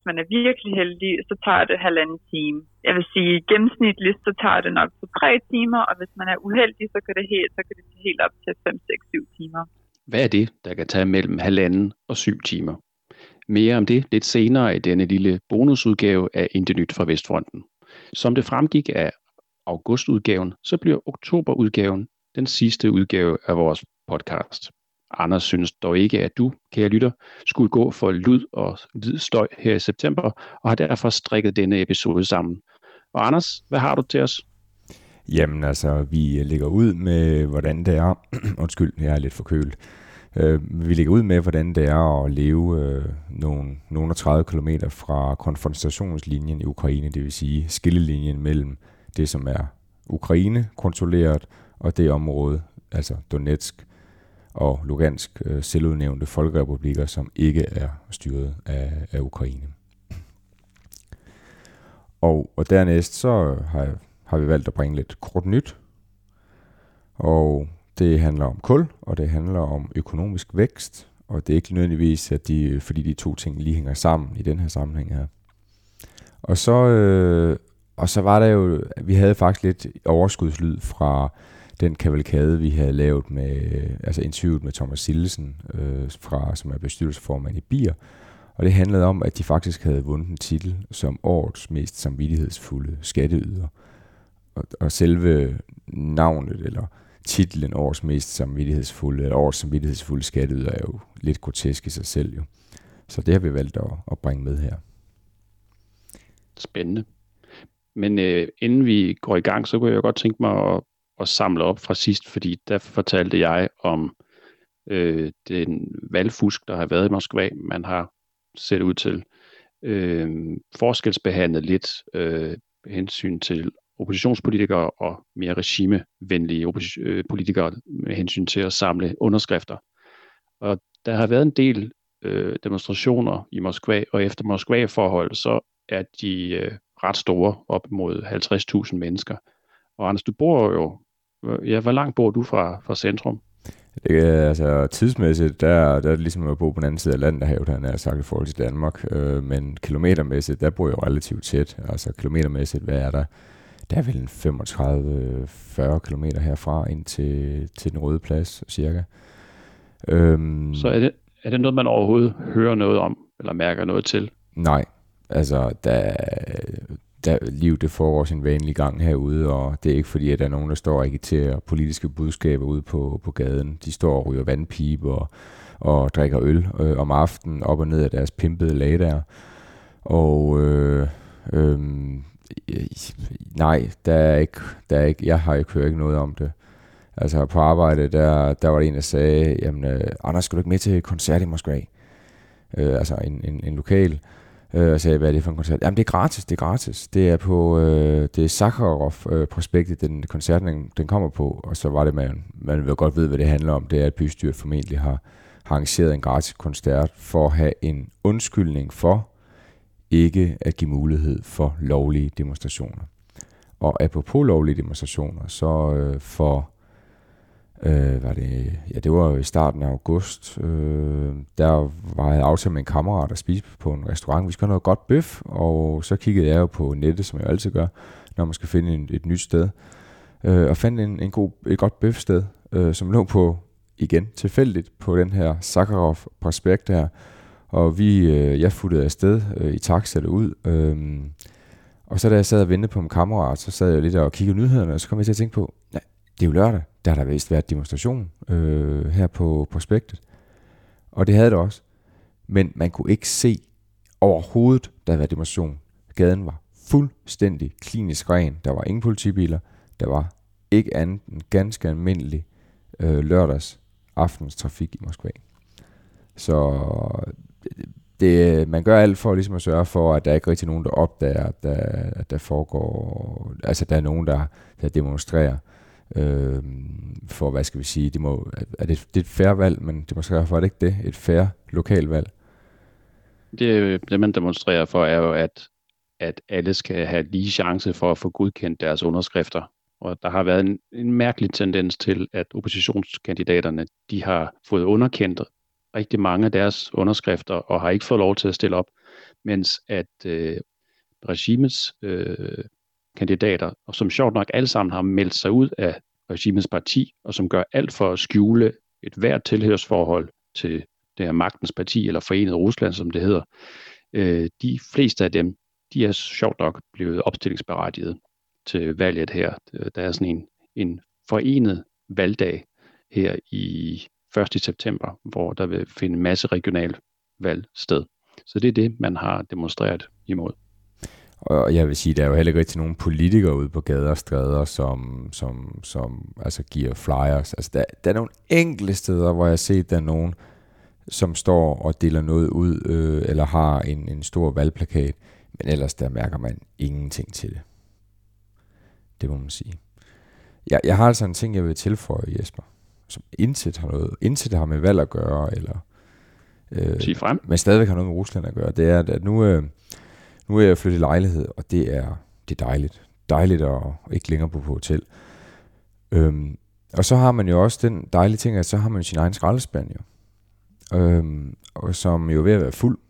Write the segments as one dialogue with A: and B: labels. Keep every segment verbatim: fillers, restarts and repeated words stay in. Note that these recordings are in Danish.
A: man er virkelig heldig, så tager det halvanden time. Jeg vil sige, gennemsnitligt, så tager det nok på tre timer, og hvis man er uheldig, så kan det helt, så kan det tage helt op til fem, seks, syv timer.
B: Hvad er det, der kan tage mellem halvanden og syv timer? Mere om det lidt senere i denne lille bonusudgave af Intet Nyt fra Vestfronten. Som det fremgik af augustudgaven, så bliver oktoberudgaven den sidste udgave af vores podcast. Anders synes dog ikke, at du, kære lytter, skulle gå for lyd og hvid støj her i september, og har derfor strikket denne episode sammen. Og Anders, hvad har du til os?
C: Jamen altså, vi lægger ud med, hvordan det er. Undskyld, jeg er lidt forkølet. Uh, vi lægger ud med, hvordan det er at leve uh, nogle, nogle tredive kilometer fra konfrontationslinjen i Ukraine, det vil sige skillelinjen mellem det, som er Ukraine kontrolleret, og det område, altså Donetsk og Lugansk, uh, selvudnævnte folkerepublikker, som ikke er styret af, af Ukraine. Og, og dernæst så har, har vi valgt at bringe lidt kort nyt, og det handler om kul, og det handler om økonomisk vækst, og det er ikke nødvendigvis, at de, fordi de to ting lige hænger sammen i den her sammenhæng her. Og så, øh, og så var der jo, vi havde faktisk lidt overskudslyd fra den kavalkade, vi havde lavet med, altså interviewet med Thomas Sillesen, øh, fra, som er bestyrelsesformand i B I R, og det handlede om, at de faktisk havde vundet en titel som årets mest samvittighedsfulde skatteyder. Og, og selve navnet, eller titlen årets mest samvittighedsfulde, eller årets samvittighedsfulde skatteyder, er jo lidt grotesk i sig selv jo. Så det har vi valgt at, at bringe med her.
B: Spændende. Men øh, inden vi går i gang, så kunne jeg godt tænke mig at, at samle op fra sidst, fordi der fortalte jeg om øh, den valgfusk, der har været i Moskva. Man har set ud til øh, forskelsbehandlet lidt øh, hensyn til oppositionspolitikere og mere regimevenlige opposition- øh, politikere med hensyn til at samle underskrifter. Og der har været en del øh, demonstrationer i Moskva, og efter Moskva-forhold, så er de øh, ret store, op mod halvtreds tusind mennesker. Og Anders, du bor jo, ja, hvor langt bor du fra, fra centrum?
C: Det er, altså tidsmæssigt, der, der er det ligesom at bo på den anden side af landet, der har jeg jo sagt i forhold til Danmark, øh, men kilometermæssigt, der bor jeg jo relativt tæt. Altså kilometermæssigt, hvad er der? Der er vel en femogtredive til fyrre kilometer herfra ind til, til den Røde Plads, cirka. Øhm,
B: Så er det, er det noget, man overhovedet hører noget om, eller mærker noget til?
C: Nej, altså der, der, livet det foregår sin vanlige gang herude, og det er ikke fordi, at der er nogen, der står og agiterer politiske budskaber ude på, på gaden. De står og ryger vandpibe og, og drikker øl øh, om aftenen op og ned af deres pimpede Ladaer. Og øh, øh, nej, der er ikke, der er ikke, jeg har ikke hørt ikke noget om det. Altså på arbejde, der, der var der en, der sagde, jamen øh, Anders, skal du ikke med til koncert i Moskva? Øh, altså en, en, en lokal. Øh, og sagde, hvad er det for en koncert? Jamen det er gratis, det er gratis. Det er på, øh, det er Sakharov-prospektet, den koncerten, den, den kommer på. Og så var det, man, man vil godt vide, hvad det handler om. Det er, at bystyret formentlig har, har arrangeret en gratis koncert for at have en undskyldning for ikke at give mulighed for lovlige demonstrationer. Og apropos lovlige demonstrationer, så øh, for øh, var det, ja, det var i starten af august, øh, der var jeg aftalt med en kammerat at spise på en restaurant. Vi skulle have noget godt bøf, og så kiggede jeg jo på nettet, som jeg altid gør, når man skal finde en, et nyt sted, øh, og fandt en, en god, et godt bøfsted, øh, som lå på, igen tilfældigt, på den her Sakharov-prospekt her. Og vi, øh, jeg futtede afsted øh, i taxa ud. Øh, og så da jeg sad og ventede på en kammerat, så sad jeg lidt og kiggede nyhederne, og så kom jeg til at tænke på, nej, det er jo lørdag, der har der vist været demonstration øh, her på prospektet. Og det havde det også. Men man kunne ikke se overhovedet, der havde været demonstration. Gaden var fuldstændig klinisk ren. Der var ingen politibiler. Der var ikke andet end ganske almindelig øh, lørdags aftens trafik i Moskva. Så det, man gør alt for ligesom at sørge for, at der ikke rigtig er nogen, der opdager, at der, at der foregår, altså der er nogen, der, der demonstrerer øh, for, hvad skal vi sige, det, må, er det, det er et fair valg, men demonstrerer for, er det ikke det? Et fair lokalvalg?
B: Det, det man demonstrerer for, er jo, at, at alle skal have lige chance for at få godkendt deres underskrifter. Og der har været en, en mærkelig tendens til, at oppositionskandidaterne, de har fået underkendt rigtig mange af deres underskrifter, og har ikke fået lov til at stille op. mens at øh, regimets øh, kandidater, og som sjovt nok alle sammen har meldt sig ud af regimets parti, og som gør alt for at skjule et hvert tilhørsforhold til det her magtens parti, eller Forenet Rusland, som det hedder, øh, de fleste af dem, de er sjovt nok blevet opstillingsberettiget til valget her. Der er sådan en, en forenet valgdag her i første september, hvor der vil finde en masse regional valg sted. Så det er det, man har demonstreret imod.
C: Og jeg vil sige, der er jo heller ikke rigtig nogen politikere ude på gader og stræder, som, som, som altså giver flyers. Altså der, der er nogle enkelte steder, hvor jeg har set, der er nogen, som står og deler noget ud, øh, eller har en, en stor valgplakat, men ellers der mærker man ingenting til det. Det må man sige. Jeg, jeg har altså en ting, jeg vil tilføje, Jesper, som intet har noget, intet har med valg at gøre, eller øh,
B: Sig frem.
C: men stadigvæk har noget med Rusland at gøre. Det er, at nu, øh, nu er jeg flyttet i lejlighed, og det er, det er dejligt. Dejligt at ikke længere bo på hotel. Øhm, og så har man jo også den dejlige ting, at så har man sin egen skraldespand jo. Øhm, og som jo er ved at være fuld.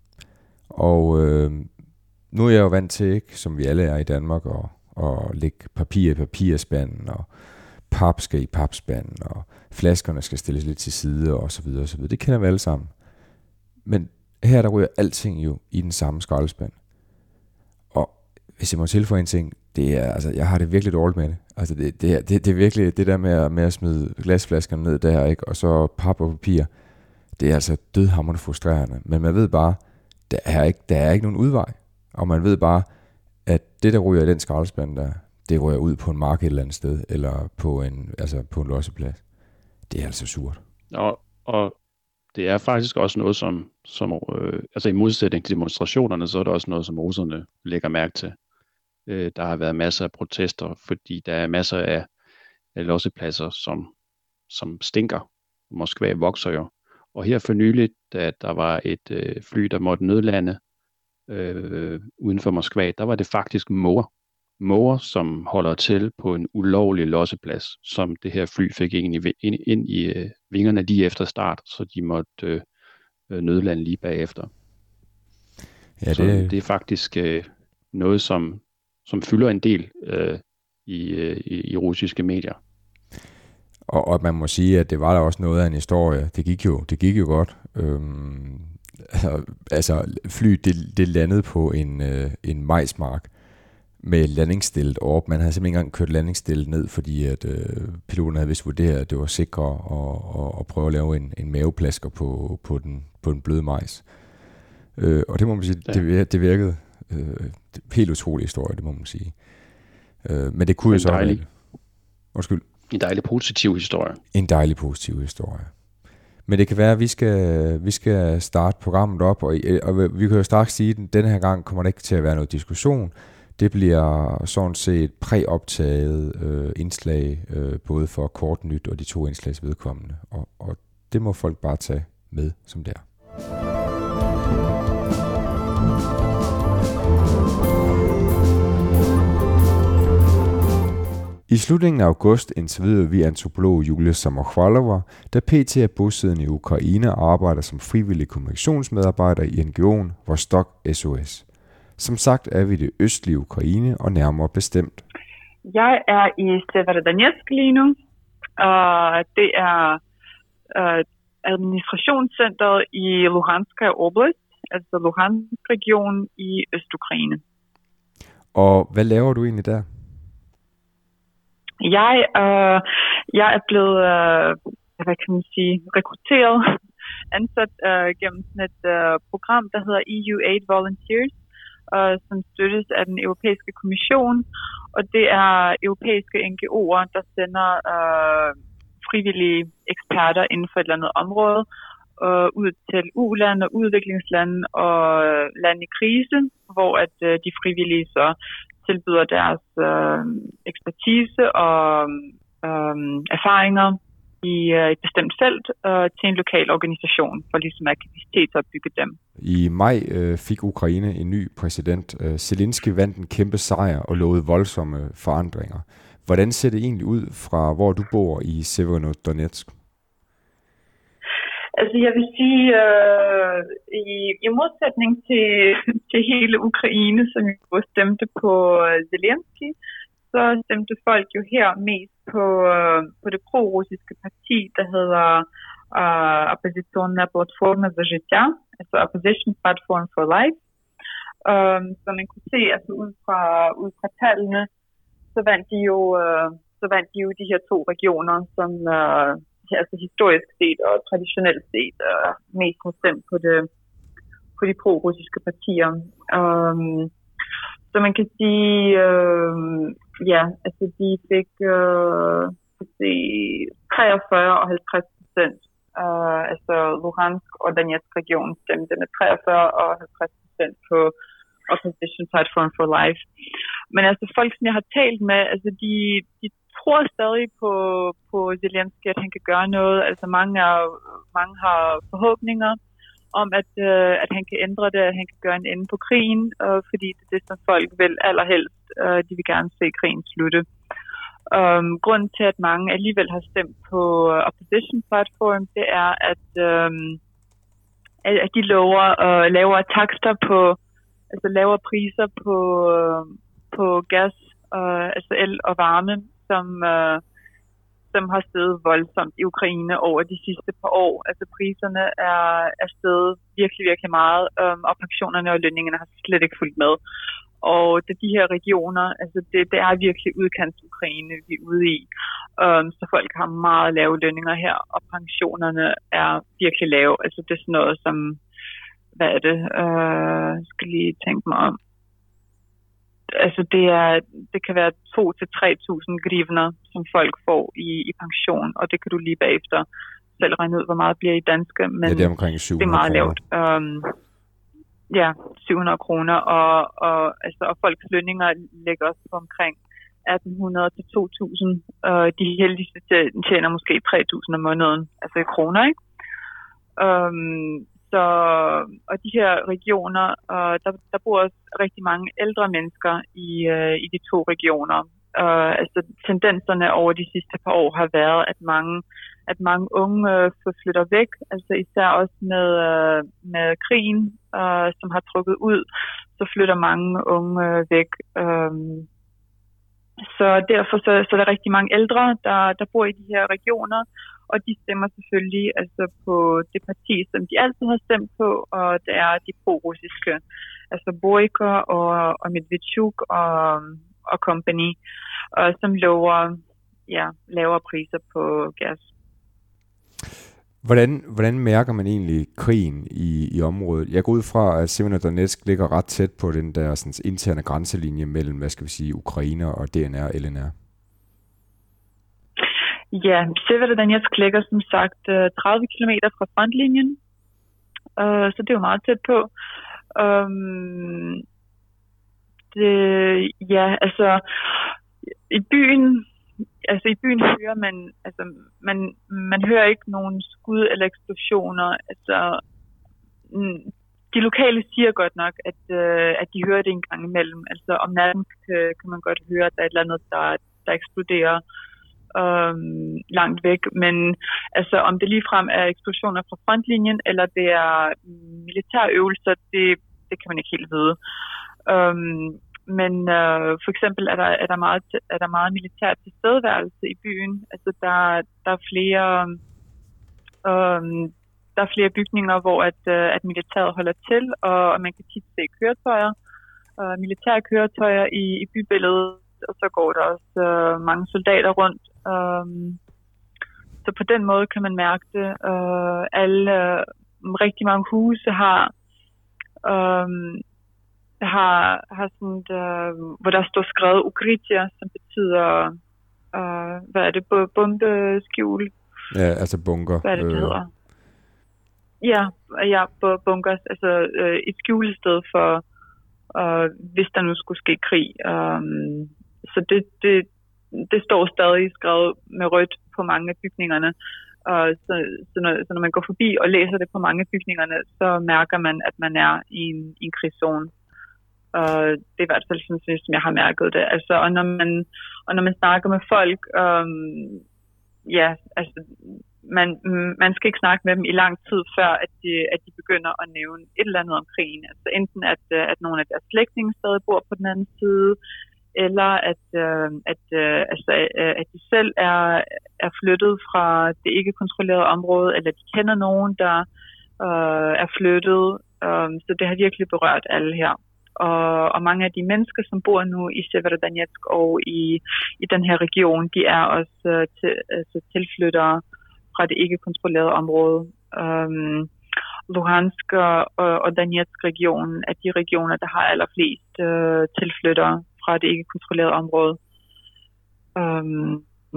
C: Og øh, nu er jeg jo vant til, ikke, som vi alle er i Danmark, og, og lægge papir i papirspanden, og pap skal i papspanden, og flaskerne skal stilles lidt til side, og så videre, og så videre. Det kender vi alle sammen. Men her der ryger alting jo i den samme skraldespand. Og hvis jeg må tilføje en ting, det er, altså, jeg har det virkelig dårligt med det. Altså, det, det, er, det, det er virkelig det der med at, med at smide glasflaskerne ned der, ikke, og så pap og papir. Det er altså dødhamrende frustrerende. Men man ved bare, der er ikke, der er ikke nogen udvej. Og man ved bare, at det, der ryger i den skraldespand der, det ryger ud på en mark et eller andet sted, eller på en, altså på en losseplads. Det er altså surt.
B: Og, og det er faktisk også noget, som, som øh, altså i modsætning til demonstrationerne, så er det også noget, som russerne lægger mærke til. Øh, der har været masser af protester, fordi der er masser af, af lossepladser, som, som stinker. Moskva vokser jo. Og her for nyligt, da der var et øh, fly, der måtte nødlande øh, uden for Moskva, der var det faktisk måger. Måger, som holder til på en ulovlig losseplads, som det her fly fik ind i, ind, ind i øh, vingerne lige efter start, så de måtte øh, nødlande lige bagefter. Ja, det... Så det er faktisk øh, noget, som, som fylder en del øh, i, øh, i, i russiske medier.
C: Og, og man må sige, at det var der også noget af en historie. Det gik jo, det gik jo godt. Øhm, altså, altså flyet, det, det landede på en, øh, en majsmark med landingsstillet op. Man havde simpelthen ikke engang kørt landingsstillet ned, fordi at øh, piloten havde vist vurderet, at det var sikrere at, at, at prøve at lave en, en maveplasker på, på, den, på den bløde majs. Øh, og det må man sige, ja. det, det virkede. Øh, helt utrolig historie, det må man sige. Øh, men det kunne jo så være... Undskyld.
B: En dejlig positiv historie.
C: En dejlig positiv historie. Men det kan være, at vi skal, vi skal starte programmet op, og, og vi kan jo straks sige, at denne her gang kommer der ikke til at være noget diskussion. Det bliver sådan set præoptaget øh, indslag, øh, både for kort nyt og de to indslags vedkommende. Og, og det må folk bare tage med, som det er. I slutningen af august interviewede vi antropolog Julia Samokhvalova, der pt. Er bosiddende i Ukraine og arbejder som frivillig kommunikationsmedarbejder i N G O'en Vostok S O S. Som sagt er vi i det østlige Ukraine og nærmere bestemt.
A: Jeg er i Severodonetsk lige nu, og det er uh, administrationscentret i Luhanska oblast, altså Luhansk-regionen i Østukraine.
C: Og hvad laver du egentlig der?
A: Jeg, øh, jeg er blevet, øh, hvad kan man sige, rekrutteret, ansat øh, gennem sådan et øh, program, der hedder E U Aid Volunteers, øh, som støttes af den europæiske kommission, og det er europæiske N G O'er, der sender øh, frivillige eksperter inden for et eller andet område øh, ud til u-lande og udviklingslande og lande i krise, hvor at øh, de frivillige så tilbyder deres øh, ekspertise og øh, erfaringer i øh, et bestemt felt øh, til en lokal organisation, for ligesom at kapacitetsopbygge dem.
C: I maj øh, fik Ukraine en ny præsident. Øh, Zelensky vandt en kæmpe sejr og lovede voldsomme forandringer. Hvordan ser det egentlig ud fra, hvor du bor i Severodonetsk?
A: Altså jeg vil sige, øh, i, i modsætning til, til hele Ukraine, som jo stemte på Zelensky, så stemte folk jo her mest på, øh, på det pro-russiske parti, der hedder øh, Oppositionная платформа за життя, altså Opposition Platform for Life. Um, så man kunne se, altså ud fra, ud fra tallene, så vandt de jo, uh, så vandt de jo de her to regioner, som uh, altså historisk set og traditionelt set uh, mest har stemt på, det, på de pro-russiske partier. Um, så man kan sige, uh, ja, altså de fik uh, se, treogfyrre og halvtreds procent. Uh, altså Luhansk og Donetsk region stemte med treogfyrre og halvtreds procent på Opposition Platform for Life. Men altså folk, som jeg har talt med, altså de, de tror stadig på, på Zelensky, at han kan gøre noget. Altså mange, er, mange har forhåbninger om, at, uh, at han kan ændre det, at han kan gøre en ende på krigen, uh, fordi det er det, som folk vil allerhelst. Uh, de vil gerne se krigen slutte. Um, grunden til, at mange alligevel har stemt på Opposition Platform, det er, at, um, at de lover uh, lavere takster på altså lavere priser på, øh, på gas, øh, altså el og varme, som, øh, som har steget voldsomt i Ukraine over de sidste par år. Altså priserne er, er steget virkelig, virkelig meget, øh, og pensionerne og lønningerne har slet ikke fulgt med. Og det de her regioner, altså det, det er virkelig udkants Ukraine, vi er ude i. Øh, så folk har meget lave lønninger her, og pensionerne er virkelig lave. Altså det er sådan noget som hvad er det? Øh, skal lige tænke mig om. Altså det er, det kan være to til tre tusind grivner, som folk får i, i pension, og det kan du lige bagefter selv regne ud, hvor meget bliver i danske, men
C: ja, det er omkring syv hundrede
A: det er meget lavt. Um, ja, syv hundrede kroner, og, og, altså, og folks lønninger ligger også på omkring atten hundrede til to tusind. Uh, de heldigste tjener måske tre tusind om måneden, altså i kroner, ikke? Um, Så, og de her regioner, øh, der, der bor også rigtig mange ældre mennesker i, øh, i de to regioner. Øh, altså tendenserne over de sidste par år har været, at mange, at mange unge øh, flytter væk, altså især også med, øh, med krigen, øh, som har trukket ud, så flytter mange unge øh, væk. Øh, så derfor så, så er der rigtig mange ældre, der, der bor i de her regioner, og de stemmer selvfølgelig altså på det parti, som de altid har stemt på, og det er de pro-russiske, altså Boyko og, og Medvedchuk og, og company, og som lover ja, lavere priser på gas.
C: Hvordan, hvordan mærker man egentlig krigen i, i området? Jeg går ud fra, at Severodonetsk ligger ret tæt på den der sådan, interne grænselinje mellem, hvad skal vi sige, Ukraine og D N R og L N R.
A: Ja, Severodonetsk ligger som sagt tredive kilometer fra frontlinjen, uh, så det er jo meget tæt på. Um, det, ja, altså i byen, altså i byen hører man, altså man, man hører ikke nogen skud eller eksplosioner. Altså de lokale siger godt nok, at, uh, at de hører det en gang imellem. Altså om natten kan, kan man godt høre, at der er et eller andet, der, der eksploderer. Um, langt væk, men altså om det ligefrem er eksplosioner fra frontlinjen, eller det er militærøvelser, det, det kan man ikke helt vide. Um, men uh, for eksempel er der, er der meget, er der meget militær tilstedeværelse i byen. Altså der, der er flere um, der er flere bygninger, hvor at, uh, at militæret holder til, og, og man kan tit se køretøjer, uh, militære køretøjer i, i bybilledet, og så går der også uh, mange soldater rundt. Um, så på den måde kan man mærke det. Uh, alle, uh, rigtig mange huse har, um, har, har sådan, uh, hvor der står skrevet Ukritia, som betyder, uh, hvad er det, bombeskjul?
C: Ja, altså bunker.
A: Hvad er det, det øh... hedder? Ja, ja, bunkers, altså uh, et skjulested for, uh, hvis der nu skulle ske krig. Um, så det, det Det står stadig skrevet med rødt på mange af bygningerne. Og så, så, når, så når man går forbi og læser det på mange af bygningerne, så mærker man, at man er i en, i en krigszone. Og det er i hvert fald sådan, som jeg har mærket det. Altså, og, når man, og når man snakker med folk, um, ja, altså, man, man skal ikke snakke med dem i lang tid, før at de, at de begynder at nævne et eller andet om krigen. Altså enten at, at nogle af deres slægtninge stadig bor på den anden side, eller at, at, altså, at de selv er, er flyttet fra det ikke kontrollerede område, eller de kender nogen, der øh, er flyttet. Um, så det har virkelig berørt alle her. Og, og mange af de mennesker, som bor nu i Severodonetsk og i, i den her region, de er også uh, til, altså tilflyttere fra det ikke kontrollerede område. Um, Luhansk og, og Donetsk-regionen er de regioner, der har allerflest uh, tilflyttere fra det ikke kontrollerede område. Um,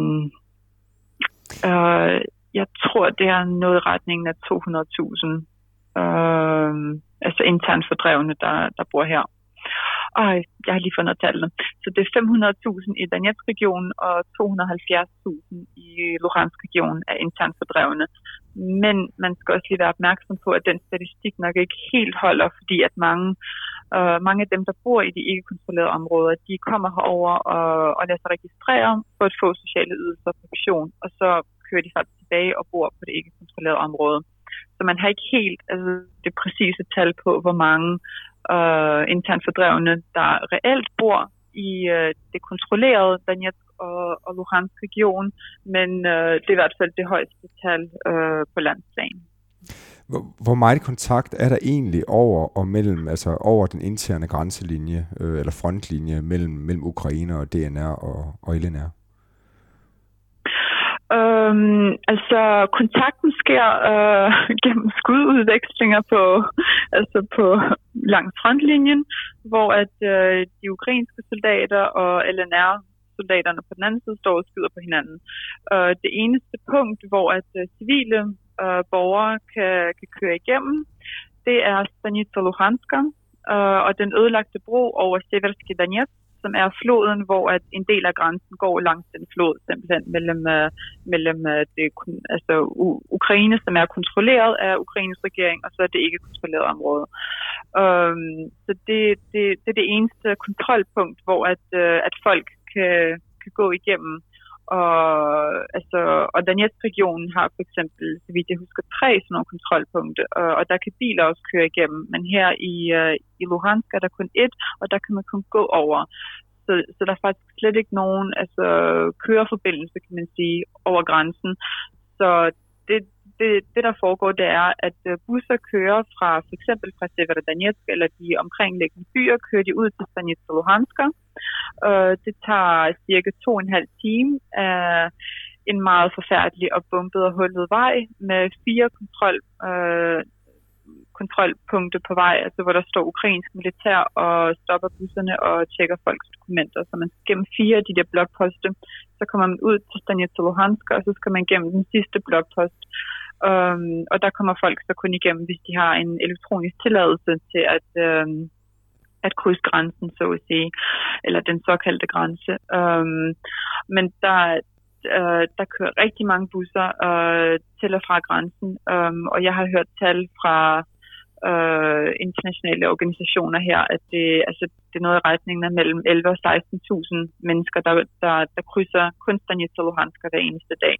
A: uh, jeg tror, det er noget i retningen af to hundrede tusind. Uh, altså internt fordrevne, der, der bor her. Og jeg har lige fundet tallene. Så det er fem hundrede tusind i Donetsk-regionen og to hundrede og halvfjerds tusind i Luhansk-regionen er internt fordrevne. Men man skal også lige være opmærksom på, at den statistik nok ikke helt holder, fordi at mange, uh, mange af dem, der bor i de ikke kontrollerede områder, de kommer herover og, og lader sig registrere for at få sociale ydelser og pension, og så kører de faktisk tilbage og bor på det ikke kontrollerede område. Så man har ikke helt altså, det præcise tal på, hvor mange øh, internt fordrevne, der reelt bor i øh, det kontrollerede Donetsk og, og Luhansk region, men øh, det er i hvert fald det højeste tal øh, på landsplan.
C: Hvor, hvor meget kontakt er der egentlig over og mellem, altså over den interne grænselinje øh, eller frontlinje mellem, mellem Ukraine og D N R og, og L N R?
A: Øhm, altså kontakten sker øh, gennem skududvekslinger på, altså på langs frontlinjen, hvor at øh, de ukrainske soldater og L N R-soldaterne på den anden side står og skyder på hinanden. Øh, det eneste punkt, hvor at øh, civile øh, borgere kan, kan køre igennem, det er Stanitsa Luhanska øh, og den ødelagte bro over Severskij Donetsk, som er floden, hvor at en del af grænsen går langs den flod, simpelthen mellem, uh, mellem uh, det, altså, U- Ukraine, som er kontrolleret af Ukraines regering, og så er det ikke kontrolleret område. Um, så det, det, det er det eneste kontrolpunkt, hvor at, uh, at folk kan, kan gå igennem. Og, altså, og Donetsk-regionen har for eksempel, så vidt jeg husker, tre sådan nogle kontrolpunkter, og, og der kan biler også køre igennem. Men her i, uh, i Luhansk er der kun ét, og der kan man kun gå over. Så, så der er faktisk slet ikke nogen altså, køreforbindelse, kan man sige, over grænsen. Så det, det, det, der foregår, det er, at busser kører fra for eksempel fra Severodonetsk eller de omkringliggende byer, kører de ud til Stanitsa Luhanska. Uh, det tager cirka to og en halv time af en meget forfærdelig og bombet og hullet vej med fire kontrol, uh, kontrolpunkter på vej, altså hvor der står ukrainsk militær og stopper busserne og tjekker folks dokumenter. Så man skal gennem fire af de der blokposte, så kommer man ud til Stanitsa Luhanska, og så skal man gennem den sidste blokpost. Um, og der kommer folk så kun igennem, hvis de har en elektronisk tilladelse til at um, at krydse grænsen, så at sige, eller den såkaldte grænse. Um, men der, uh, der kører rigtig mange busser uh, til og fra grænsen, um, og jeg har hørt tal fra uh, internationale organisationer her, at det, altså, det er noget i retningen af mellem elleve og seksten tusind mennesker, der, der, der krydser kun Stanitsa Luhanska hver eneste dag.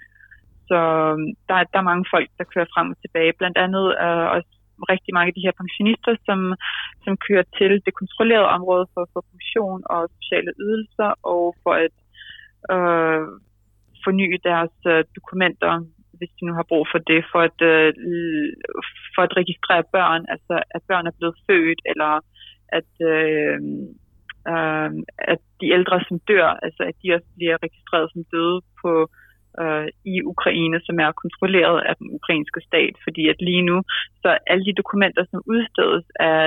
A: Så der, der er mange folk, der kører frem og tilbage, blandt andet uh, også rigtig mange af de her pensionister, som, som kører til det kontrollerede område for at få pension og sociale ydelser, og for at øh, forny deres øh, dokumenter, hvis de nu har brug for det, for at, øh, for at registrere børn, altså at børn er blevet født, eller at, øh, øh, at de ældre, som dør, altså at de også bliver registreret som døde på Uh, i Ukraine, som er kontrolleret af den ukrainske stat, fordi at lige nu, så alle de dokumenter, som udstedes af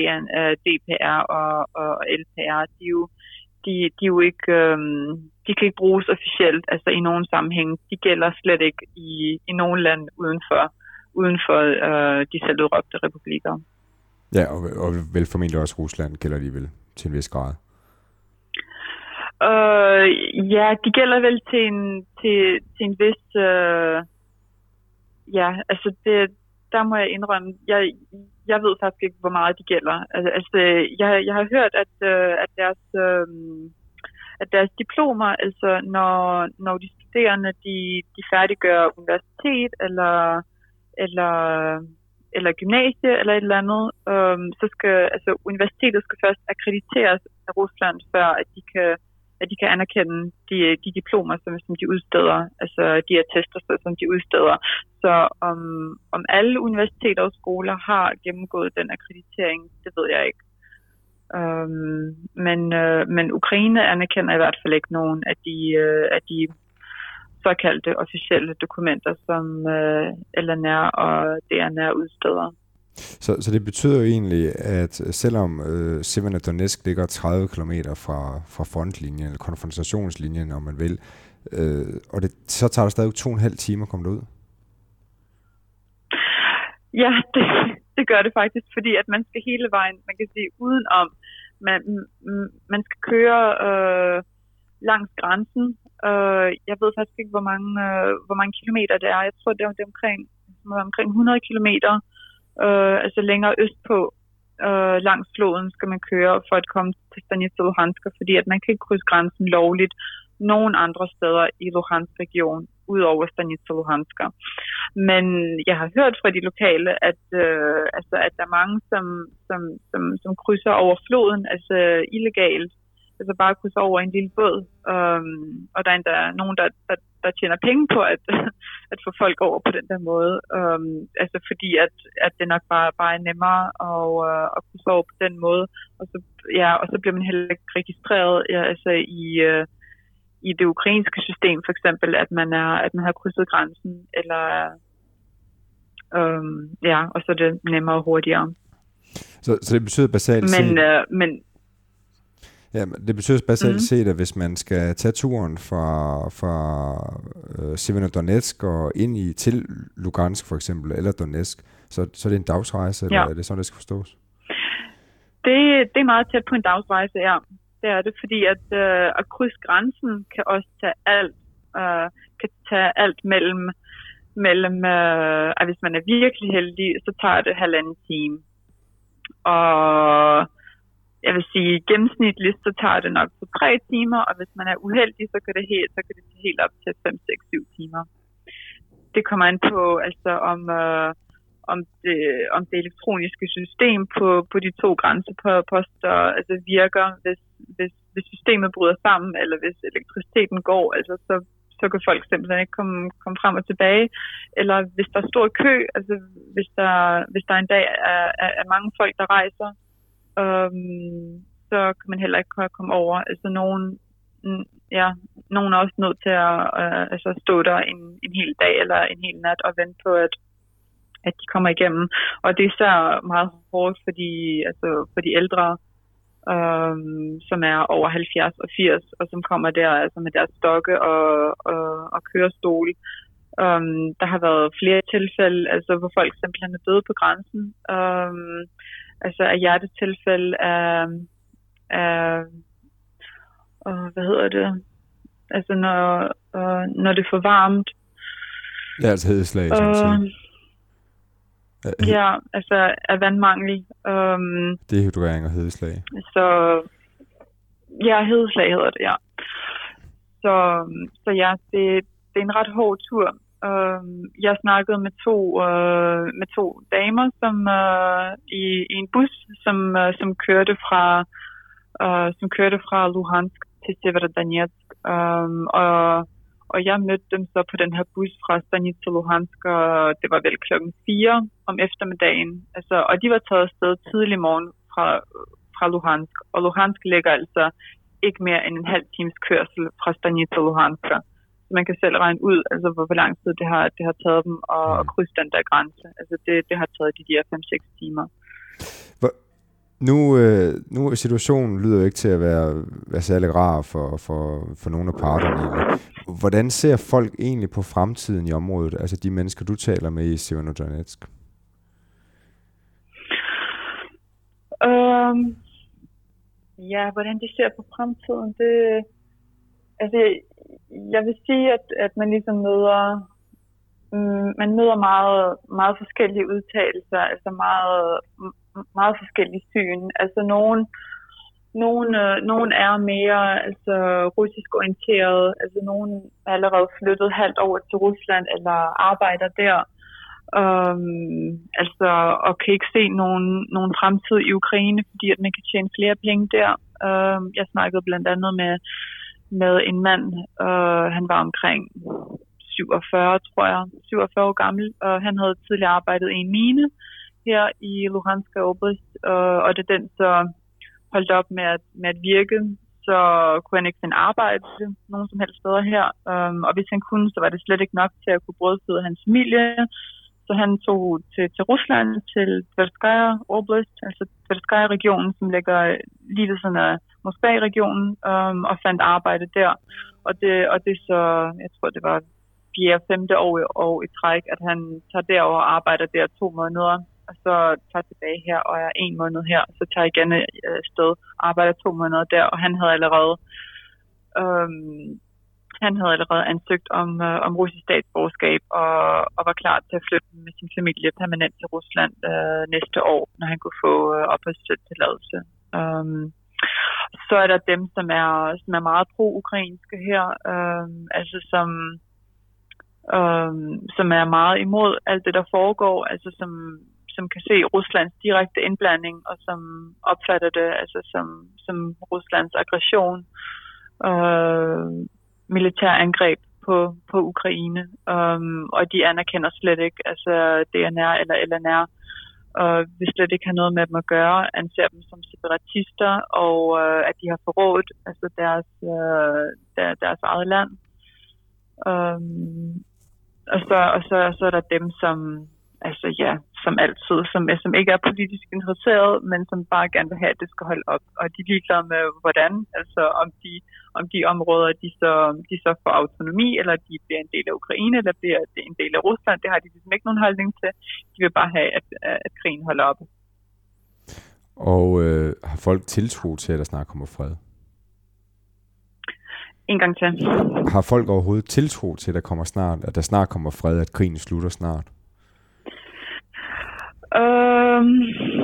A: D P R og, og L P R, de er jo, de, de er jo ikke, um, de kan ikke bruges officielt, altså i nogen sammenhæng. De gælder slet ikke i, i nogen land uden for, uden for uh, de selvudråbte republikker.
C: Ja, og, og vel formentlig også Rusland gælder de vel til en vis grad.
A: Uh, ja, de gælder vel til en, til, til en vis... Uh, ja, altså det, der må jeg indrømme, jeg, jeg ved faktisk ikke, hvor meget de gælder. Altså, altså jeg, jeg har hørt, at, uh, at deres, uh, at deres diplomer, altså når, når de studerende de, de færdiggør universitet eller, eller, eller gymnasie eller et eller andet, øhm, så skal altså universitetet skal først akkrediteres af Rusland, før at de kan, at de kan anerkende de, de diplomer, som, som de udsteder, altså de attester, som de udsteder. Så om, om alle universiteter og skoler har gennemgået den akkreditering, det ved jeg ikke. Um, men, uh, men Ukraine anerkender i hvert fald ikke nogen af de, uh, af de såkaldte officielle dokumenter, som uh, L N R og D N R udsteder.
C: Så, så det betyder jo egentlig, at selvom øh, Severodonetsk ligger tredive kilometer fra, fra frontlinjen, eller konfrontationslinjen, om man vil, øh, og det, så tager det stadig to og en halv time at komme derud?
A: Ja, det, det gør det faktisk, fordi at man skal hele vejen, man kan sige, udenom. Man, man skal køre øh, langs grænsen. Øh, jeg ved faktisk ikke, hvor mange, øh, hvor mange kilometer det er. Jeg tror, det er, det er omkring, omkring hundrede kilometer. Øh, altså længere østpå øh, langs floden skal man køre for at komme til Stanitsa Luhanska, fordi at man kan ikke krydse grænsen lovligt nogen andre steder i Luhansk region, udover Stanitsa Luhanska. Men jeg har hørt fra de lokale, at, øh, altså, at der er mange, som, som, som, som krydser over floden, altså illegalt, altså bare krydser over en lille båd, um, og der er endda nogen, der, der, der tjener penge på at, at få folk over på den der måde, um, altså fordi at, at det nok bare, bare er nemmere at, uh, at krydse over på den måde, og så, ja, og så bliver man heller ikke registreret ja, altså i, uh, i det ukrainske system, for eksempel, at man, er, at man har krydset grænsen, eller um, ja, og så er det nemmere og hurtigere.
C: Så, så det betyder basalt
A: men,
C: set...
A: Uh, men
C: Ja, det betyder basalt
A: mm.
C: set, at hvis man skal tage turen fra, fra øh, Severodonetsk og ind i til Lugansk for eksempel, eller Donetsk, så, så er det en dagsrejse, eller ja. Er det sådan, det skal forstås?
A: Det, det er meget tæt på en dagsrejse, ja. Det er det, fordi at, øh, at krydse grænsen kan også tage alt, øh, kan tage alt mellem, mellem øh, at hvis man er virkelig heldig, så tager det halvanden time. Og jeg vil sige, gennemsnitligt, så tager det nok på tre timer, og hvis man er uheldig, så kan det helt, så kan det tage helt op til fem, seks, syv timer. Det kommer an på, altså om, øh, om, det, om det elektroniske system på, på de to grænseposter altså virker. Hvis, hvis, hvis systemet bryder sammen, eller hvis elektriciteten går, altså så, så kan folk simpelthen ikke komme, komme frem og tilbage. Eller hvis der er stor kø, altså hvis der, hvis der en dag er, er, er mange folk, der rejser, Um, så kan man heller ikke komme over. Altså nogen, ja, nogen er også nødt til at uh, altså stå der en, en hel dag eller en hel nat og vente på, at, at de kommer igennem. Og det er så meget hårdt for de, altså for de ældre, um, som er over halvfjerds og firs, og som kommer der altså med deres stokke og, og, og kørestol. Um, der har været flere tilfælde, altså hvor folk simpelthen er døde på grænsen. Um, Altså af hjertetilfælde af, af og hvad hedder det? Altså når, øh, når det er for varmt.
C: Ja, altså hedeslag, sådan øh, set.
A: Ja, altså af vandmangel. Um,
C: Dehydrering og hedeslag.
A: Så ja, hedeslag hedder det, ja. Så, så ja, det, det er en ret hård tur. Uh, jeg snakkede med to uh, med to damer, som uh, i, i en bus, som uh, som kørte fra uh, som kørte fra Luhansk til Severodonetsk, um, og og jeg mødte dem så på den her bus fra Stanitsa Luhansk, og det var vel klokken fire om eftermiddagen. Altså, og de var taget afsted tidlig morgen fra fra Luhansk, og Luhansk ligger altså ikke mere end en halv times kørsel fra Stanitsa Luhansk. Man kan selv regne ud, altså hvor, hvor lang tid det har, det har taget dem at, mm. at krydse den der grænse. Altså det, det har taget de der fem til seks timer.
C: Hvor, nu, øh, nu er situationen lyder jo ikke til at være, være særlig rar for, for, for nogle af parterne. Hvordan ser folk egentlig på fremtiden i området? Altså de mennesker, du taler med i Severodonetsk?
A: Um, ja, hvordan de ser på fremtiden, det... Altså, jeg vil sige, at, at man ligesom møder, mm, man møder meget, meget forskellige udtalelser, altså meget, meget forskellige syn. Altså nogen, Nogen, øh, nogen er mere altså, russisk orienteret, altså nogen er allerede flyttet halvt over til Rusland eller arbejder der, um, altså, og kan ikke se nogen, nogen fremtid i Ukraine, fordi at man kan tjene flere penge der. Um, jeg snakkede blandt andet med, med en mand, uh, han var omkring syvogfyrre, tror jeg, syvogfyrre år gammel, og han havde tidligere arbejdet i en mine her i Luhansk Oblast, uh, og det den så holdt op med at, med at virke, så kunne han ikke finde arbejde nogen som helst steder her. Um, og hvis han kunne, så var det slet ikke nok til at kunne brødføde hans familie. Så han tog til, til Rusland, til Tverskaya Oblast, altså Tverskaya-regionen, som ligger lige ved sådan af Moskva-regionen, um, og fandt arbejde der. Og det, og det så, jeg tror det var fjerde, femte år, år i træk, at han tager derover og arbejder der to måneder, og så tager tilbage her og er en måned her, så tager igen et sted, arbejder to måneder der, og han havde allerede øhm, han havde allerede ansøgt om, øh, om russisk statsborgerskab og, og var klar til at flytte med sin familie permanent til Rusland øh, næste år, når han kunne få øh, opholdstilladelse. Um, så er der dem, som er, som er meget pro-ukrainske her, øh, altså som øhm, som er meget imod alt det, der foregår, altså som som kan se Ruslands direkte indblanding, og som opfatter det altså som, som Ruslands aggression, øh, militærangreb på, på Ukraine. Um, og de anerkender slet ikke altså D N R eller L N R, og vil slet ikke have noget med dem at gøre, anser dem som separatister, og øh, at de har forrådt altså deres, øh, der, deres eget land. Um, og, så, og så, så er der dem, som altså ja, som altid, som, som ikke er politisk interesseret, men som bare gerne vil have, at det skal holde op. Og de er ligeglade med, hvordan, altså om de, om de områder, de så, de så får autonomi, eller de bliver en del af Ukraine, eller bliver en del af Rusland, det har de ligesom ikke nogen holdning til. De vil bare have, at, at krigen holder op.
C: Og øh, har folk tiltro til, at der snart kommer fred?
A: En gang til.
C: Har folk overhovedet tiltro til, at der kommer snart, at der snart kommer fred, at krigen slutter snart?
A: Um,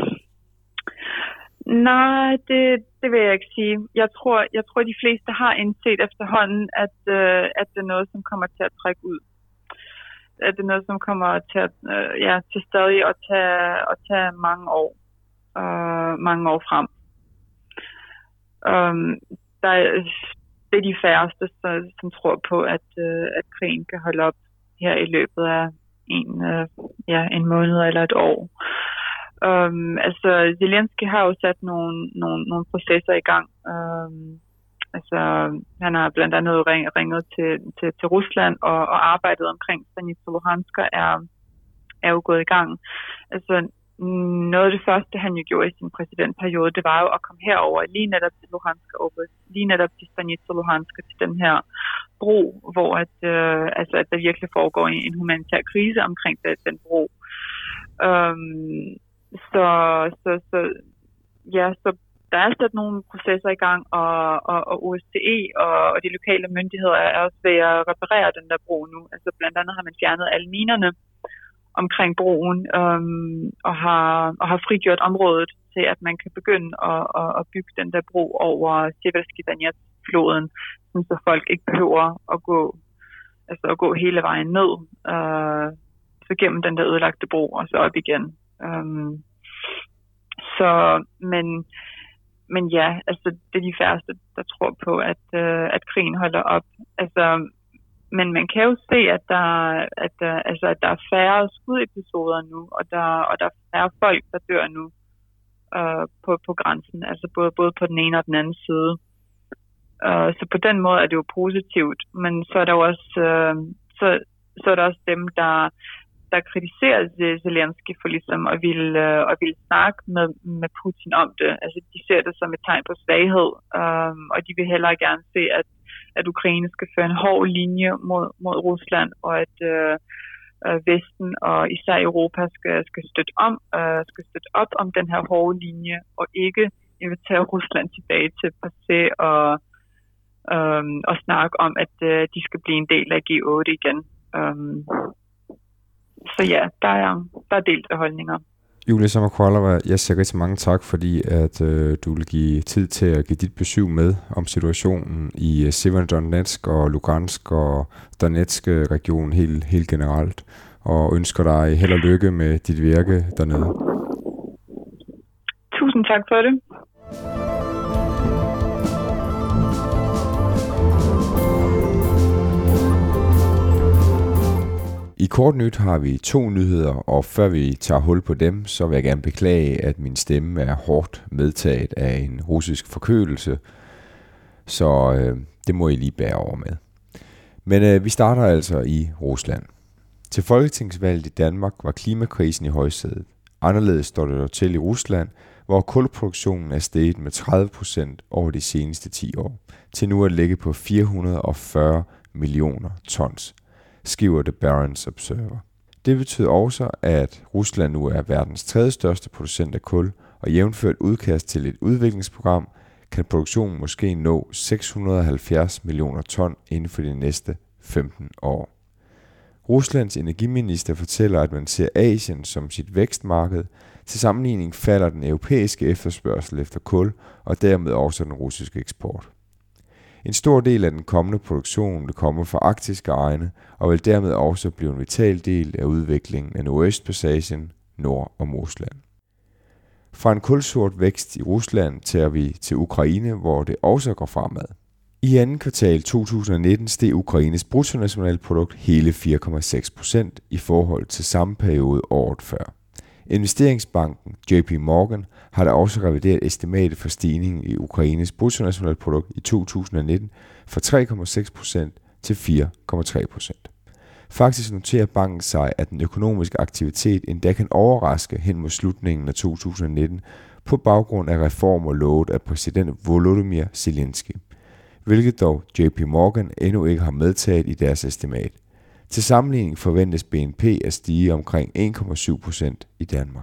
A: nej, det, det vil jeg ikke sige. Jeg tror, jeg tror, de fleste har indset efterhånden, at, uh, at det er noget, som kommer til at trække ud. At det er noget, som kommer til at, uh, ja, til stadig at tage, at tage mange år, uh, mange år frem. Um, der er, det er de færreste, som, som tror på, at, uh, at krigen kan holde op her i løbet af en, øh, ja, en måned eller et år. Um, altså, Zelensky har jo sat nogle, nogle, nogle processer i gang. Um, altså, han har blandt andet ring, ringet til, til, til Rusland og, og arbejdet omkring Stanitsa Luhanska er, er jo gået i gang. Altså, noget af det første, han jo gjorde i sin præsidentperiode, det var jo at komme herover lige netop til Luhansk Oblast, lige netop til Stanitsa Luhanska, til den her bro, hvor at, øh, altså, at der virkelig foregår en, en humanitær krise omkring den, den bro. Um, så, så, så, ja, så der er sat nogle processer i gang, og, og, og O S C E og, og de lokale myndigheder er også ved at reparere den der bro nu. Altså blandt andet har man fjernet alle minerne omkring broen, um, og, har, og har frigjort området til, at man kan begynde at, at, at bygge den der bro over Severski Donets-floden, så folk ikke behøver at gå, altså at gå hele vejen ned, uh, så gennem den der ødelagte bro, og så op igen. Um, så, men, men ja, altså det er de færreste, der tror på, at, uh, at krigen holder op. Altså, men man kan jo se, at der, at, der, altså, at der er færre skudepisoder nu, og der, og der er færre folk, der dør nu uh, på, på grænsen, altså både, både på den ene og den anden side. Uh, så på den måde er det jo positivt, men så er der jo også, uh, så, så er der også dem, der, der kritiserer Zelensky for ligesom at ville, uh, at ville snakke med, med Putin om det. Altså de ser det som et tegn på svaghed, uh, og de vil hellere gerne se, at at Ukraine skal føre en hård linje mod, mod Rusland, og at øh, Vesten og især Europa skal, skal, støtte om, øh, skal støtte op om den her hårde linje, og ikke invitere Rusland tilbage til Passé og, øh, og snakke om, at øh, de skal blive en del af G otte igen. Um, så ja, der er, der er delte holdninger.
C: Julia Samarkvalova, jeg siger rigtig mange tak, fordi at øh, du vil give tid til at give dit besøg med om situationen i Severodonetsk og Lugansk og Donetsk region helt, helt generelt, og ønsker dig held og lykke med dit virke dernede.
A: Tusind tak for det.
C: I kort nyt har vi to nyheder, og før vi tager hul på dem, så vil jeg gerne beklage, at min stemme er hårdt medtaget af en russisk forkølelse, så øh, det må I lige bære over med. Men øh, vi starter altså i Rusland. Til folketingsvalget i Danmark var klimakrisen i højsædet. Anderledes står det dog til i Rusland, hvor kulproduktionen er steget med tredive procent over de seneste ti år, til nu at ligge på fire hundrede og fyrre millioner tons, skriver The Barron's Observer. Det betyder også, at Rusland nu er verdens tredje største producent af kul, og jævnført udkast til et udviklingsprogram, kan produktionen måske nå seks hundrede og halvfjerds millioner ton inden for de næste femten år. Ruslands energiminister fortæller, at man ser Asien som sit vækstmarked. Til sammenligning falder den europæiske efterspørgsel efter kul, og dermed også den russiske eksport. En stor del af den kommende produktion vil komme fra arktiske egne, og vil dermed også blive en vital del af udviklingen af Nordøstpassagen nord om Rusland. Fra en kulsort vækst i Rusland tager vi til Ukraine, hvor det også går fremad. I anden kvartal to tusind nitten steg Ukraines bruttonationalprodukt hele fire komma seks procent i forhold til samme periode året før. Investeringsbanken J P Morgan har da også revideret estimatet for stigningen i Ukraines bruttonationalprodukt i to tusind nitten fra tre komma seks procent til fire komma tre procent. Faktisk noterer banken sig, at den økonomiske aktivitet endda kan overraske hen mod slutningen af to tusind nitten på baggrund af reformer lovet af præsident Volodymyr Zelensky, hvilket dog J P Morgan endnu ikke har medtaget i deres estimat. Til sammenligning forventes B N P at stige omkring en komma syv procent i Danmark.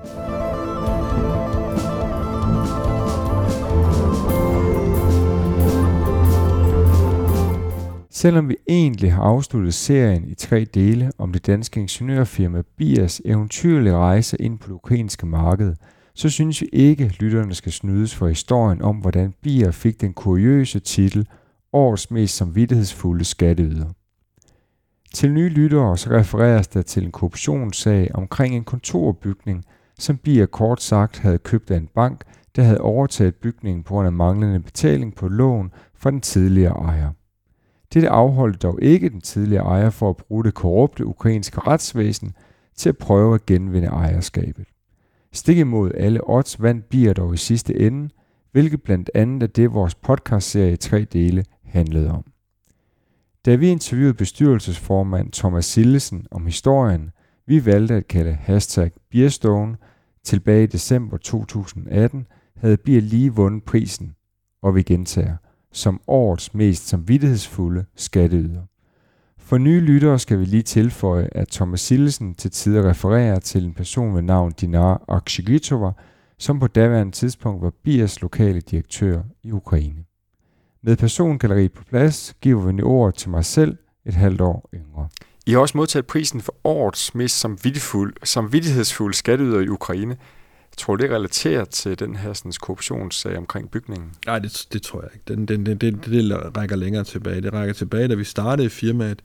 C: Selvom vi egentlig har afsluttet serien i tre dele om det danske ingeniørfirma B I A's eventyrlige rejse ind på det ukrainske marked, så synes vi ikke, at lytterne skal snydes for historien om, hvordan B I A fik den kuriøse titel Årets mest samvittighedsfulde skatteyder. Til nye lyttere så refereres der til en korruptionssag omkring en kontorbygning, som B I A kort sagt havde købt af en bank, der havde overtaget bygningen på grund af manglende betaling på lån fra den tidligere ejer. Dette afholdt dog ikke den tidligere ejer for at bruge det korrupte ukrainske retsvæsen til at prøve at genvinde ejerskabet. Stik imod alle odds vandt B I A dog i sidste ende, hvilket blandt andet er det, vores podcastserie i tre dele handlede om. Da vi interviewede bestyrelsesformand Thomas Sillesen om historien, vi valgte at kalde hashtag Beerstone, tilbage i december to tusind atten, havde B I A lige vundet prisen, og vi gentager, som årets mest samvittighedsfulde skatteyder. For nye lyttere skal vi lige tilføje, at Thomas Sillesen til tider refererer til en person ved navn Dinar Akshigitova, som på daværende tidspunkt var B I A's lokale direktør i Ukraine. Med persongalleriet på plads giver vi nu ordet til mig selv, et halvt år yngre.
D: I har også modtaget prisen for årets mest samvittighedsfulde skatteyder i Ukraine. Jeg tror, det er relateret til den her sådan, korruptionssag omkring bygningen.
E: Nej, det, det tror jeg ikke. Den, den, den, det, det rækker længere tilbage. Det rækker tilbage, da vi startede firmaet.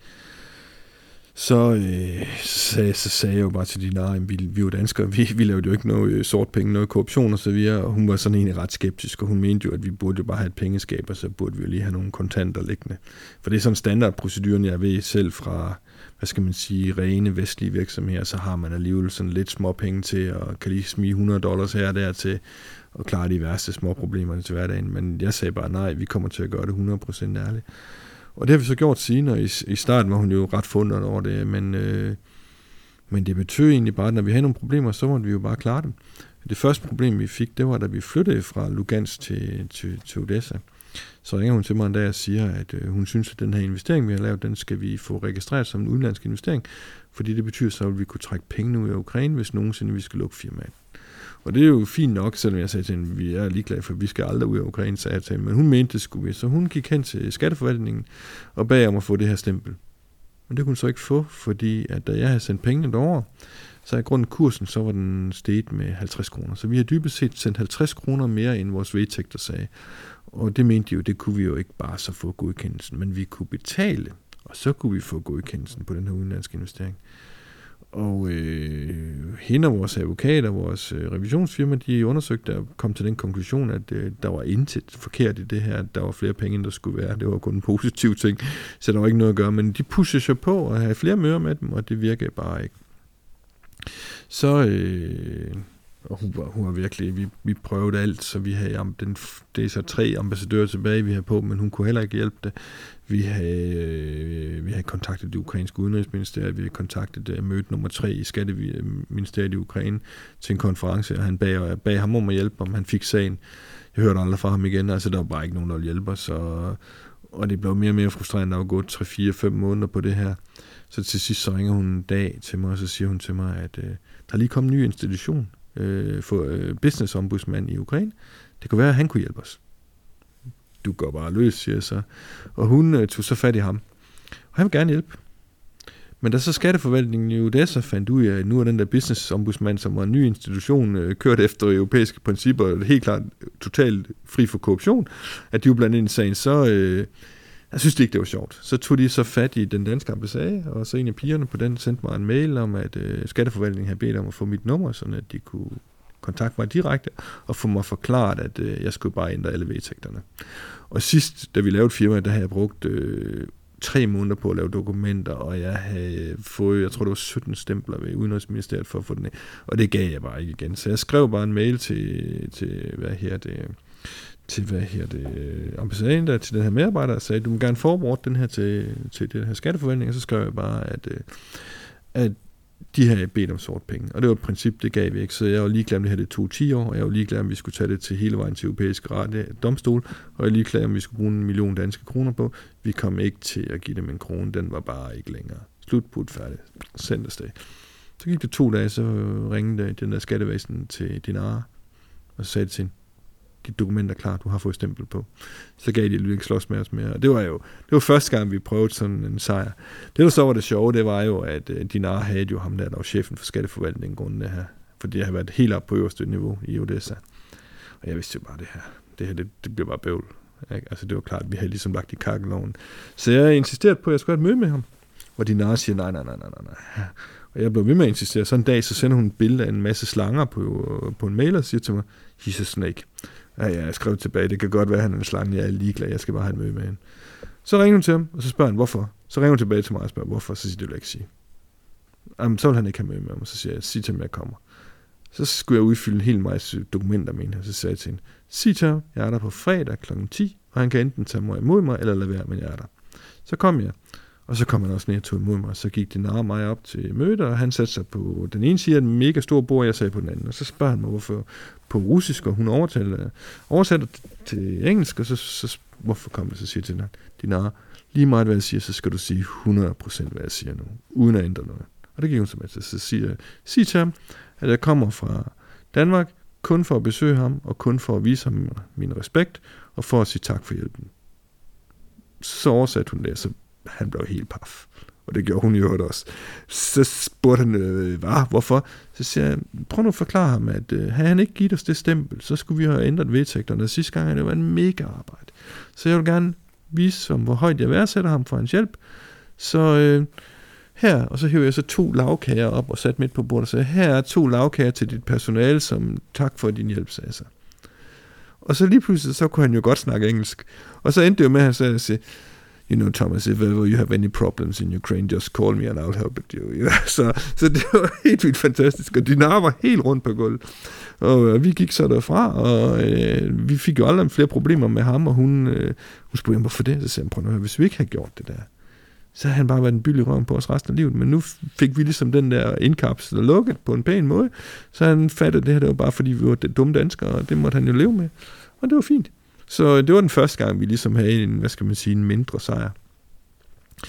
E: Så, øh, så, sagde, så sagde jeg jo bare til Dinar, at vi, vi er jo danskere, vi, vi lavede jo ikke noget øh, sort penge, noget korruption og så videre, og hun var sådan egentlig ret skeptisk, og hun mente jo, at vi burde jo bare have et pengeskab, og så burde vi jo lige have nogle kontanter liggende. For det er sådan standardproceduren, jeg ved selv fra, hvad skal man sige, rene vestlige virksomheder, så har man alligevel sådan lidt små penge til, og kan lige smige hundrede dollars her og der til, og klare de værste små problemer til hverdagen. Men jeg sagde bare, nej, vi kommer til at gøre det hundrede procent ærligt. Og det har vi så gjort siden, og i, i starten var hun jo ret fundet over det, men, øh, men det betød egentlig bare, at når vi havde nogle problemer, så måtte vi jo bare klare dem. Det første problem, vi fik, det var, da vi flyttede fra Lugansk til, til, til Odessa. Så ringer hun til mig en dag og siger, at øh, hun synes, at den her investering, vi har lavet, den skal vi få registreret som en udenlandsk investering, fordi det betyder så, at vi kunne trække penge ud af Ukraine, hvis nogensinde vi skal lukke firmaet. Og det er jo fint nok, selvom jeg sagde til hende, vi er ligeglade, for vi skal aldrig ud af Ukraine, sagde jeg til hende. Men hun mente, det skulle vi. Så hun gik hen til skatteforvaltningen og bad om at få det her stempel. Men det kunne hun så ikke få, fordi at da jeg havde sendt pengene derover, så i grunden kursen, så var den steget med halvtreds kroner. Så vi har dybest set sendt halvtreds kroner mere, end vores vedtægter sagde. Og det mente de jo, det kunne vi jo ikke bare så få godkendelsen, men vi kunne betale, og så kunne vi få godkendelsen på den her udenlandske investering. Og øh, hende og vores advokater, vores øh, revisionsfirma, de undersøgte og kom til den konklusion, at øh, der var intet forkert i det her, at der var flere penge, end der skulle være. Det var kun en positiv ting, så der var ikke noget at gøre. Men de pushede sig på og havde flere møder med dem, og det virkede bare ikke. Så øh, og hun, var, hun var virkelig, vi, vi prøvede alt, så vi havde, den, det er så tre ambassadører tilbage, vi havde på, men hun kunne heller ikke hjælpe det. Vi havde, øh, vi havde kontaktet det ukrainske udenrigsministeriet, vi havde kontaktet uh, møde nummer tre i Skatteministeriet i Ukraine til en konference, og han bag, bag ham om at hjælpe ham. Han fik sagen. Jeg hørte aldrig fra ham igen, altså der var bare ikke nogen, der ville hjælpe os, og, og det blev mere og mere frustrerende. Der var gået tre, fire, fem måneder på det her. Så til sidst så ringer hun en dag til mig, og så siger hun til mig, at øh, der er lige kommet en ny institution øh, for øh, business-ombudsmand i Ukraine. Det kunne være, at han kunne hjælpe os. Du går bare løs, siger jeg så. Og hun øh, tog så fat i ham. Og han vil gerne hjælpe. Men da så skatteforvaltningen i Odessa fandt ud af, at nu er den der business-ombudsmand, som var en ny institution, øh, kørt efter europæiske principper, og helt klart totalt fri for korruption, at de var blandt andet i sagen, så øh, jeg synes det ikke, det var sjovt. Så tog de så fat i den danske ambassade, og så en af pigerne på den sendte mig en mail om, at øh, skatteforvaltningen havde bedt om at få mit nummer, så at de kunne kontakte mig direkte og få mig forklaret, at øh, jeg skulle bare ændre alle vedtægterne. Og sidst, da vi lavede firmaet, der havde jeg brugt øh, tre måneder på at lave dokumenter, og jeg havde fået, jeg tror det var sytten stempler ved Udenrigsministeriet for at få den af, og det gav jeg bare ikke igen. Så jeg skrev bare en mail til, til hvad her det, til hvad her det, ambassaden der, til den her medarbejder, og sagde, du må gerne forberede den her til, til den her skatteforvaltning, og så skrev jeg bare, at, at de havde bedt om sort penge. Og det var et princip, det gav vi ikke. Så jeg var ligeglad, om det her det tog ti år, og jeg var ligeglad, om vi skulle tage det til hele vejen til europæiske ret, domstol, og jeg var ligeglad, om vi skulle bruge en million danske kroner på. Vi kom ikke til at give dem en krone. Den var bare ikke længere. Slutput færdigt. Sendt afsted. Så gik det to dage, så ringede den der skattevæsen til Dinar, og så sagde det til hende, dit dokument er klar, du har fået stempel på. Så gav de lidt ikke slås med os mere. Og det var jo, det var første gang, vi prøvede sådan en sejr. Det, der så var det sjove, det var jo, at Dinar havde jo ham der, der var chefen for skatteforvaltningen grunden det her. For det har været helt op på øverste niveau i Odessa. Og jeg vidste jo bare det her. Det her, det, det blev bare bøvl. Ikke? Altså det var klart, at vi havde ligesom lagt i kakkeloven. Så jeg insisterede på, at jeg skulle have et møde med ham. Og Dinar siger, nej, nej, nej, nej, nej. Og jeg blev ved med at insistere. Så en dag, så sender hun et billede af en masse slanger på, på en mail, og siger til mig, he's a snake. Ja, ja, jeg skrev tilbage, det kan godt være, at han er en slange, jeg er ligeglad, jeg skal bare have et møde med hende. Så ringer hun til ham, og så spørger han, hvorfor? Så ringer hun tilbage til mig og spørger, hvorfor? Så siger det vil jeg ikke sige. Jamen, så vil han ikke have møde med ham, og så siger jeg, sig til ham, jeg kommer. Så skulle jeg udfylde en hel masse dokumenter med hende, og så sagde jeg til hende, sig til ham, jeg er der på fredag klokken ti, og han kan enten tage mig imod mig, eller lade være, men jeg er der. Så kom jeg, og så kom han også ned og tog imod mig, og så gik det nær mig op til mødet, og han satte sig på den ene side af den mega store bord, jeg sagde på den anden, og så spørger han mig, hvorfor på russisk, og hun overtaler, oversætter til engelsk, og så, så hvorfor kom det, så siger jeg til hende, Dinar, lige meget hvad jeg siger, så skal du sige hundrede procent hvad jeg siger nu, uden at ændre noget. Og det gik hun så med til, så siger jeg, sig til ham, at jeg kommer fra Danmark, kun for at besøge ham, og kun for at vise ham min respekt, og for at sige tak for hjælpen. Så oversatte hun det, så han blev helt paf. Og det gjorde hun jo også. Så spurgte han, hvad, hvorfor? Så siger jeg, prøv nu at forklare ham, at øh, havde han ikke givet os det stempel, så skulle vi have ændret vedtægterne. Og sidste gang, det var en mega arbejde. Så jeg vil gerne vise ham, hvor højt jeg værdsætter ham for hans hjælp. Så øh, her, og så hæver jeg så to lavkager op og sat midt på bordet og sagde, her er to lavkager til dit personale, som tak for din hjælp, sagde så. Og så lige pludselig, så kunne han jo godt snakke engelsk. Og så endte det jo med, at han sagde, you know, Thomas, if ever you have any problems in Ukraine, just call me and I'll help you. You know? så, så det var helt vildt fantastisk, og Dinar var helt rundt på gulvet. Og øh, vi gik så derfra, og øh, vi fik jo aldrig flere problemer med ham, og hun, øh, hun spurgte, hvorfor det? Så sagde han, prøv nu, hvis vi ikke havde gjort det der, så havde han bare været en byld i røven på os resten af livet. Men nu fik vi ligesom den der indkapsel og lukket på en pæn måde, så han fattede det her, det var bare fordi vi var dumme danskere, og det måtte han jo leve med. Og det var fint. Så det var den første gang, vi ligesom havde en, hvad skal man sige, en mindre sejr.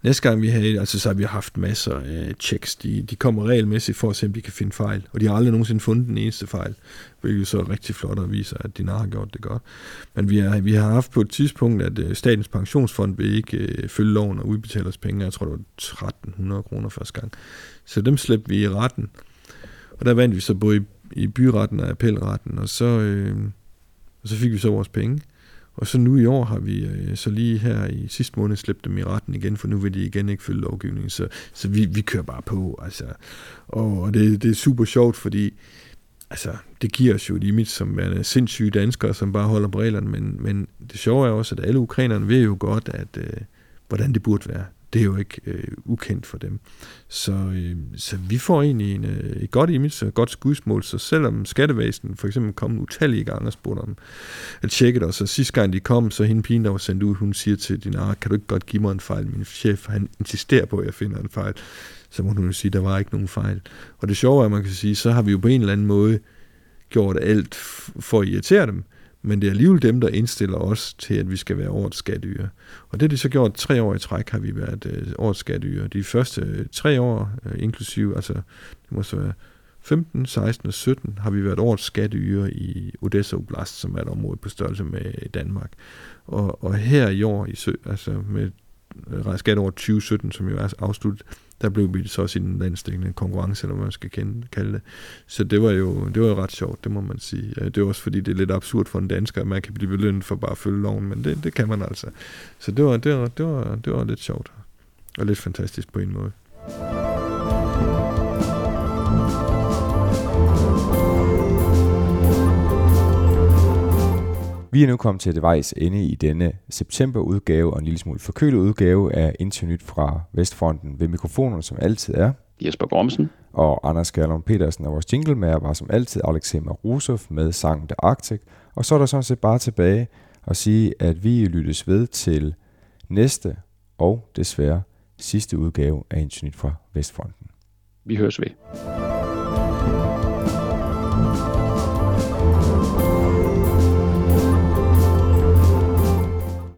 E: Næste gang vi havde, altså så har vi haft masser af checks. De, de kommer regelmæssigt for at se, om de kan finde fejl. Og de har aldrig nogensinde fundet den eneste fejl, hvilket så er rigtig flot at vise, at Dinar har gjort det godt. Men vi har, vi har haft på et tidspunkt, at Statens Pensionsfond vil ikke uh, følge loven og udbetale os penge. Jeg tror, det var tretten hundrede kroner første gang. Så dem slæbte vi i retten. Og der vandt vi så både i, i byretten og appelretten, og så, øh, og så fik vi så vores penge. Og så nu i år har vi øh, så lige her i sidste måned slæbt dem i retten igen, for nu vil de igen ikke følge lovgivningen. Så, så vi, vi kører bare på. Altså. Og, og det, det er super sjovt, fordi altså, det giver os jo et image som værende sindssyge danskere, som bare holder på reglerne. Men, men det sjove er også, at alle ukrainerne ved jo godt, at øh, hvordan det burde være. Det er jo ikke øh, ukendt for dem. Så, øh, så vi får egentlig en, øh, et godt image og et godt skudsmål, så selvom skattevæsenet for eksempel kom utallige gange og spurgte om at tjekke det, og så sidste gang de kom, så hende pigen, der var sendt ud, hun siger til Dinar, kan du ikke godt give mig en fejl? Min chef, han insisterer på, at jeg finder en fejl. Så må hun jo sige, at der var ikke nogen fejl. Og det sjove er, at man kan sige, så har vi jo på en eller anden måde gjort alt for at irritere dem, men det er alligevel dem, der indstiller os til, at vi skal være årets skatteyder. Og det har de så gjort tre år i træk, har vi været øh, årets skatteyder. De første øh, tre år, øh, inklusive, altså det må så være femten, seksten og sytten, har vi været årets skatteyder i Odessa Oblast, som er et område på størrelse med Danmark. Og, og her i år, i, altså med øh, skatteår tyve sytten, som jo er afsluttet, der blev vi så også i den landsdækkende konkurrence, eller hvad man skal kende, kalde det. Så det var, jo, det var jo ret sjovt, det må man sige. Det er også fordi, det er lidt absurd for en dansker, at man kan blive belønnet for bare at følge loven, men det, det kan man altså. Så det var, det, var, det, var, det var lidt sjovt, og lidt fantastisk på en måde.
C: Vi er nu kommet til det vejs ende i denne septemberudgave og en lille smule forkølet udgave af Internyt fra Vestfronten. Ved mikrofonerne som altid er
B: Jesper Gormsen
C: og Anders Gerlund Petersen, og vores jinglemager var som altid Alexander Rusov med sangen The Arctic. Og så er der sådan set bare tilbage at sige, at vi lyttes ved til næste og desværre sidste udgave af Internyt fra Vestfronten.
B: Vi høres ved.